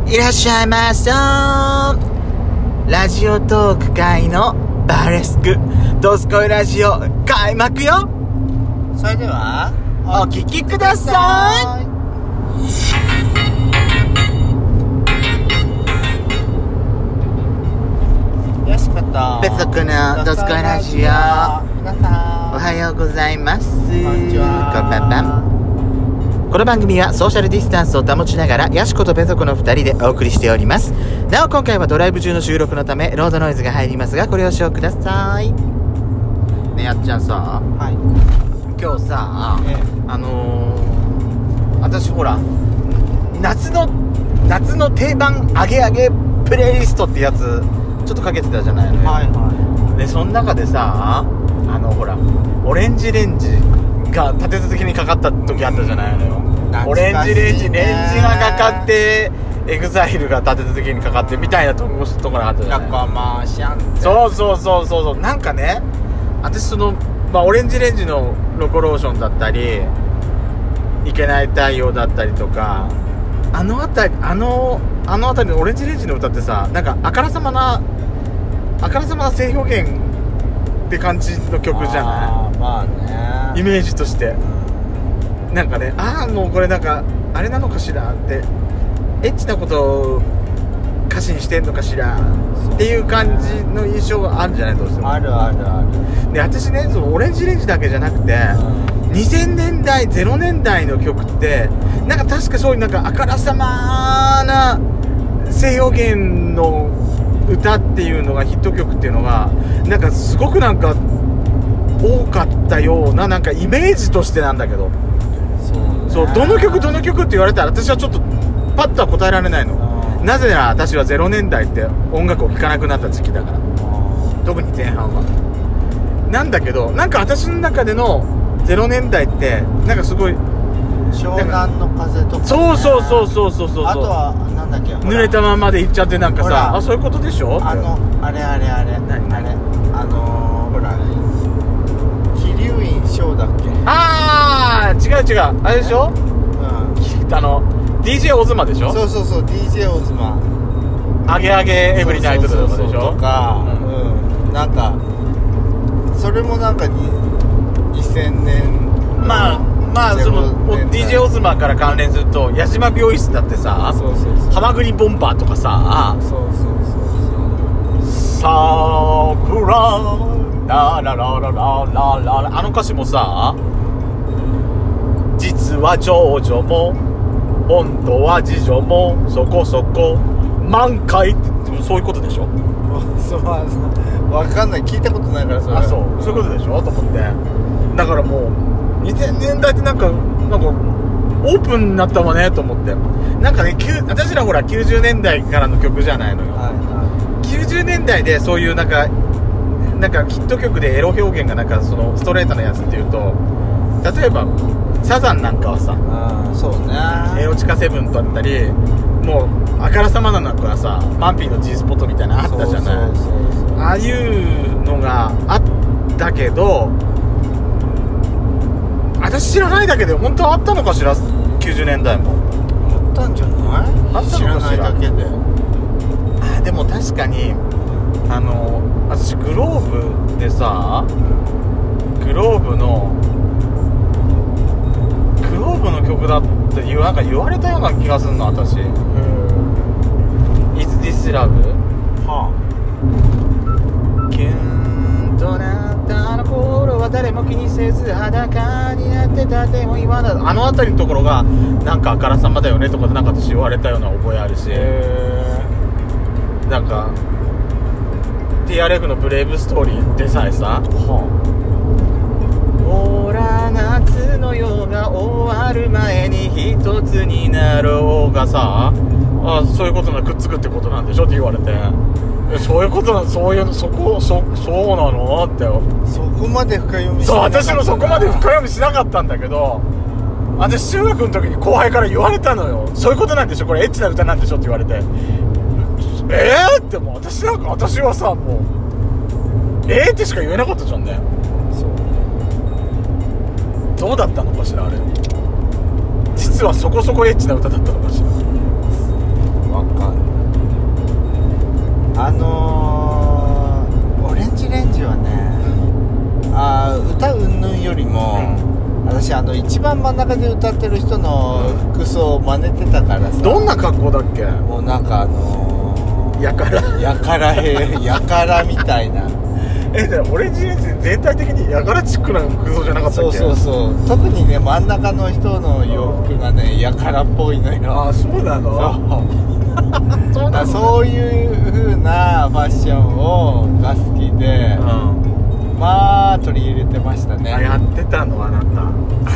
いらっしゃいませ。ラジオトーク界のバーレスクドスコイラジオ開幕よ。 それではお聞きください。 よしことペソコのドスコイラジオ、 皆さんおはようございます。 こんにちは。 こんばんは。この番組はソーシャルディスタンスを保ちながらヤシコとペソコの2人でお送りしております。なお今回はドライブ中の収録のためロードノイズが入りますがご了承ください。ね、やっちゃんさ、 はい、 今日さ、私ほら夏の定番アゲアゲプレイリストってやつちょっとかけてたじゃないのよ。 はいはでその中でさ、ほらオレンジレンジが立て続けにかかった時あったじゃないのよ。オレンジレンジがかかってエグザイルが立て続けにかかってみたいなところがあったじゃない。 仲間シャンってそうなんかね、私オレンジレンジのロコローションだったりいけない太陽だったりとか、あの辺りのオレンジレンジの歌ってさ、なんかあからさまな性表現って感じの曲じゃない。 まあね、 イメージとしてなんかね、もうこれなんかあれなのかしらって、エッチなことを歌詞にしてんのかしらっていう感じの印象があるんじゃない、どうしても。 あるで、私ね、そのオレンジレンジだけじゃなくて、2000年代0年代の曲ってなんか確かそういうなんかあからさまな性表現の歌っていうのがヒット曲っていうのがなんかすごくなんか多かったような、なんかイメージとしてなんだけど、そうどの曲って言われたら私はちょっとパッとは答えられないの。なぜなら私は0年代って音楽を聴かなくなった時期だから、特に前半はなんだけど、なんか私の中での0年代ってなんかすごい湘南の風とか、ね、 そうあとはなんだっけ、 濡れたままで行っちゃって、なんかさ、そういうことでしょ。 あれ何ほら桐生院翔だっけ。 違うあれでしょ、DJ オズマでしょ。 そう DJ オズマアゲアゲエブリナイトとかでしょ。 とか、なんかそれもなんか2000年まあその DJ オズマから関連すると矢島美容室だってさ、ハマグリボンバーとかさ、さーくらラララララララ、あの歌詞もさ、実は長女も本当は次女もそこそこ満開って、そういうことでしょ。 分かんない、聞いたことないから。 そういうことでしょと思って。だからもう2000年代ってなんかオープンになったわねと思って。なんかね、私らほら90年代からの曲じゃないのよ。90年代でそういうなんかヒット曲でエロ表現がなんかそのストレートなやつっていうと、例えばサザンなんかはさ、 そうね、 エロチカセブンだったり、もうあからさまなのがさ、マンピーの G スポットみたいなのあったじゃない。ああいうのがあったけど、私知らないだけで本当はあったのかしら。90年代もあったんじゃない？ あったのかしら。 知らないだけで。 でも確かに私グローブでさ、グローブの曲だってなんか言われたような気がするの、私。Is this love？ キュンとなったあの頃は誰も気にせず裸になってた、でも今だ、あの辺りのところがなんかあからさまだよねとかでなんか私言われたような覚えあるし、なんか TRF のブレイブストーリーでさえさ、ほら夏の夜が終わる前に一つになろうがさ、そういうことな、くっつくってことなんでしょって言われて、そういうことな、そうなのって。 そこまで深読みしなかった。 そう、私もそこまで深読みしなかったんだけど、私中学の時に後輩から言われたのよ。そういうことなんでしょ、これエッチな歌なんでしょって言われて、ってもう私はさ、もうってしか言えなかったじゃんね。どうだったのかしら、あれ。実はそこそこエッチな歌だったのかしら。 わかん中で歌ってる人の服装を真似てたからさ。 どんな格好だっけ？ もうなんかやからやからみたいな。 オレンジレンジ全体的にやからチックな服装じゃなかったっけ？ そう特にね真ん中の人の洋服がねやからっぽいのよ。 ああそうなの？ そうなの。そういう風なファッションが好きで、まあ取り入れてましたね。 やってたのあなた。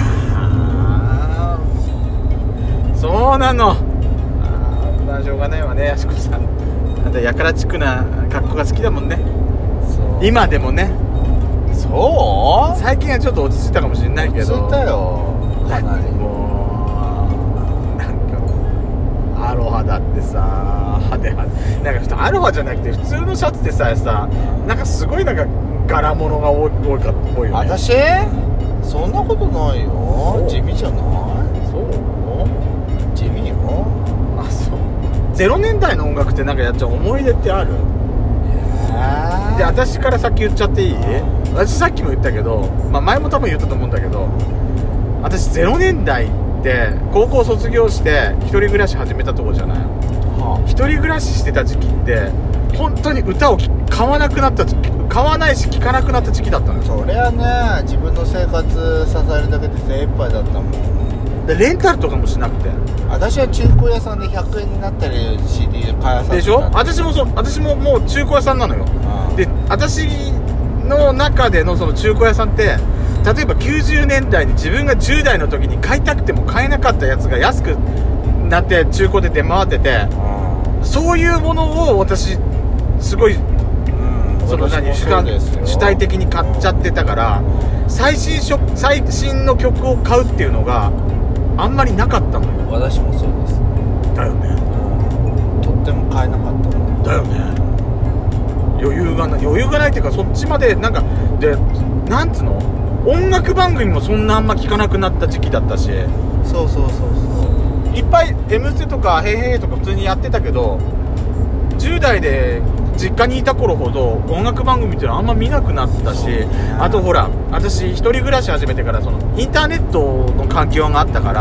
そうなの。まあしょうがないわね、やしこさん。あんたやからチックな格好が好きだもんね。今でもね。 そう？ 最近はちょっと落ち着いたかもしれないけど。 落ち着いたよ。かなり。 もうなんかアロハだってさ、派手なんかアロハじゃなくて普通のシャツでさなんかすごいなんか柄物が多いよね。 私？そんなことないよ。地味じゃない？ そう？ 地味よ。 あ、そう。0年代の音楽ってなんかやっちゃう思い出ってある？で、私から先言っちゃっていい？私さっきも言ったけど、前も多分言ったと思うんだけど、私0年代って高校卒業して一人暮らし始めたとこじゃない？一人暮らししてた時期って本当に歌を買わないし聴かなくなった時期だったのよ。 それはね、自分の生活支えるだけで精一杯だったもん。 でレンタルとかもしなくて、 私は中古屋さんで100円になったり CD で買いあさってたでしょ。私ももう中古屋さんなのよ。で、私の中でのその中古屋さんって例えば90年代に自分が10代の時に買いたくても買えなかったやつが安くなって中古で出回ってて、そういうものを私すごい、その主体的に買っちゃってたから、最新の曲を買うっていうのがあんまりなかったのよ。 私もそうです。 だよね。 とっても買えなかったもん。 だよね。余裕がないっていうか、そっちまでなんかで、なんつうの、音楽番組もそんなあんま聞かなくなった時期だったし。 そういっぱい M ステとかヘイヘイとか普通にやってたけど、10代で実家にいた頃ほど音楽番組っていうのはあんま見なくなったし、あとほら、私一人暮らし始めてからそのインターネットの環境があったから、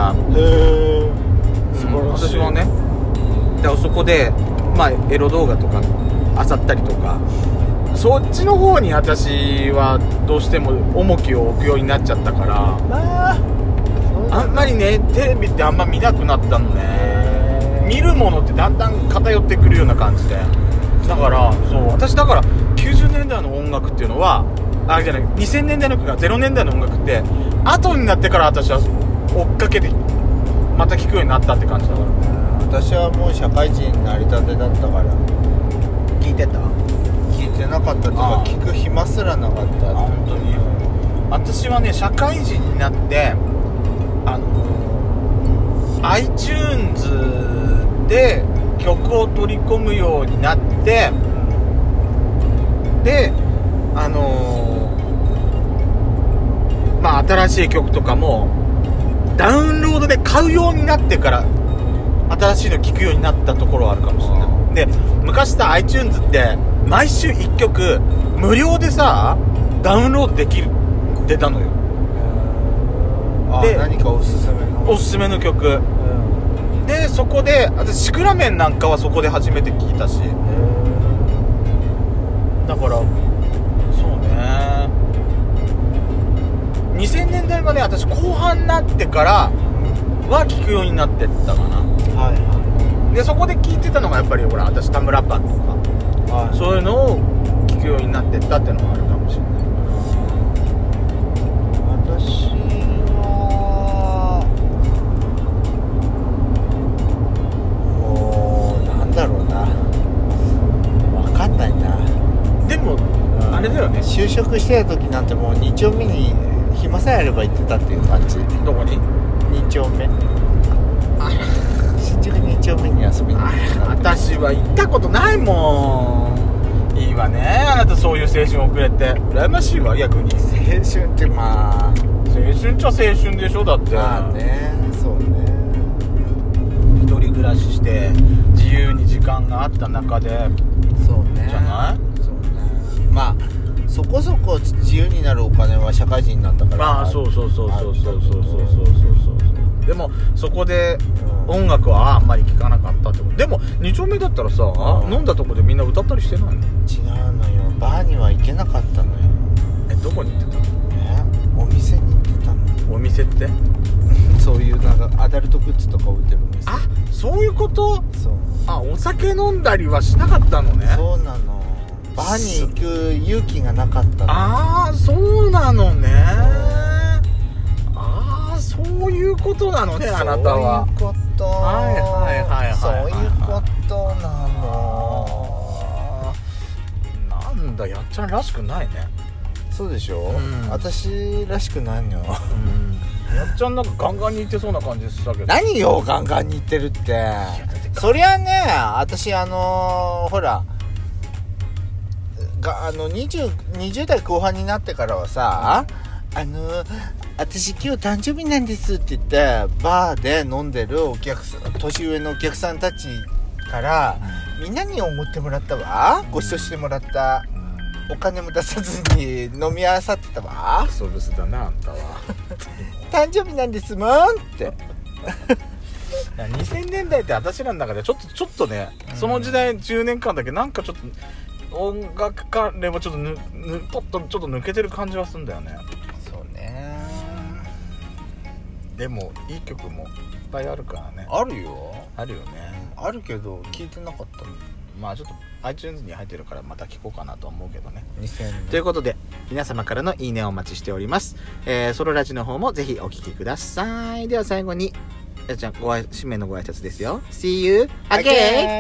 私はね、だからそこでエロ動画とか漁ったりとか、そっちの方に私はどうしても重きを置くようになっちゃったから、あんまりねテレビってあんま見なくなったのね。見るものってだんだん偏ってくるような感じで、だから私だから90年代の音楽っていうのは2000年代の曲が0年代の音楽って後になってから私は追っかけてまた聴くようになったって感じだから。 私はもう社会人になりたてだったから聞いてた？ 聞いてなかったとか、聞く暇すらなかった。 本当に。私はね、社会人になってiTunes で曲を取り込むようになって、で新しい曲とかもダウンロードで買うようになってから新しいの聴くようになったところはあるかもしれない。で、昔さ iTunes って毎週1曲無料でさダウンロードできる出たのよ。で、 何かおすすめの曲、でそこで私シクラメンなんかはそこで初めて聴いたし、だからそうね、2000年代はね、私後半になってからは聴くようになってったかな。でそこで聴いてたのがやっぱりほら、私田村パンとか、そういうのを聴くようになってったっていうのもあるかもしれない。 私はもうなんだろうな、分かんないな。でも、 あれだよね、 就職してた時なんてもう2丁目に暇さえあれば行ってたっていう感じ。 どこに ？2丁目。新宿2丁目に遊びに行った。 私は行ったことないもん。いいわね、あなたそういう青春をくれて羨ましいわ。逆に青春って青春っちゃ青春でしょ。だってね、そうね、 一人暮らしして自由に時間があった中で、 そうね、 じゃない？ そうね、そこそこ自由になるお金は社会人になったから。 そうでもそこで音楽はあんまり聴かなかったってこと。でも2丁目だったらさ、飲んだとこでみんな歌ったりしてないの？ 違うのよ、バーには行けなかったのよ。 どこに行ってたの？ お店に行ってたの。 お店ってそういうなんかアダルトグッズとか売ってるお店。 あ、そういうこと？ そう。 あ、お酒飲んだりはしなかったのね。 そうなの。バーに行く勇気がなかったの。 ああ、そうなのね。ああ、そういうことなのね、あなたは。 そういうこと。 はいはいはいはい。 そういうことなの。 なんだ、やっちゃんらしくないね。 そうでしょ、 うん私らしくないのよ。 やっちゃんなんかガンガンに言ってそうな感じしたけど。 何よガンガンに言ってるって。そりゃね、私ほら20代後半になってからはさ、私今日誕生日なんですって言ってバーで飲んでる年上のお客さんたちからみんなにおごってもらったわ、ご馳走してもらった、お金も出さずに飲み合わさってたわ。 クソブスだな、あんたは。 誕生日なんですもんって 2000年代って私らの中でちょっとね、その時代10年間だけなんかちょっと音楽関連もちょっとポッとちょっと抜けてる感じはするんだよね。 そうね。 でもいい曲もいっぱいあるからね。 あるよ。 あるよね。 あるけど聞いてなかったの。 まあちょっと iTunes に入ってるからまた聞こうかなと思うけどね。 2000年ということで皆様からのいいねをお待ちしております。ソロラジの方もぜひお聞きください。では最後にじゃあ締めのご挨拶ですよ。See you again!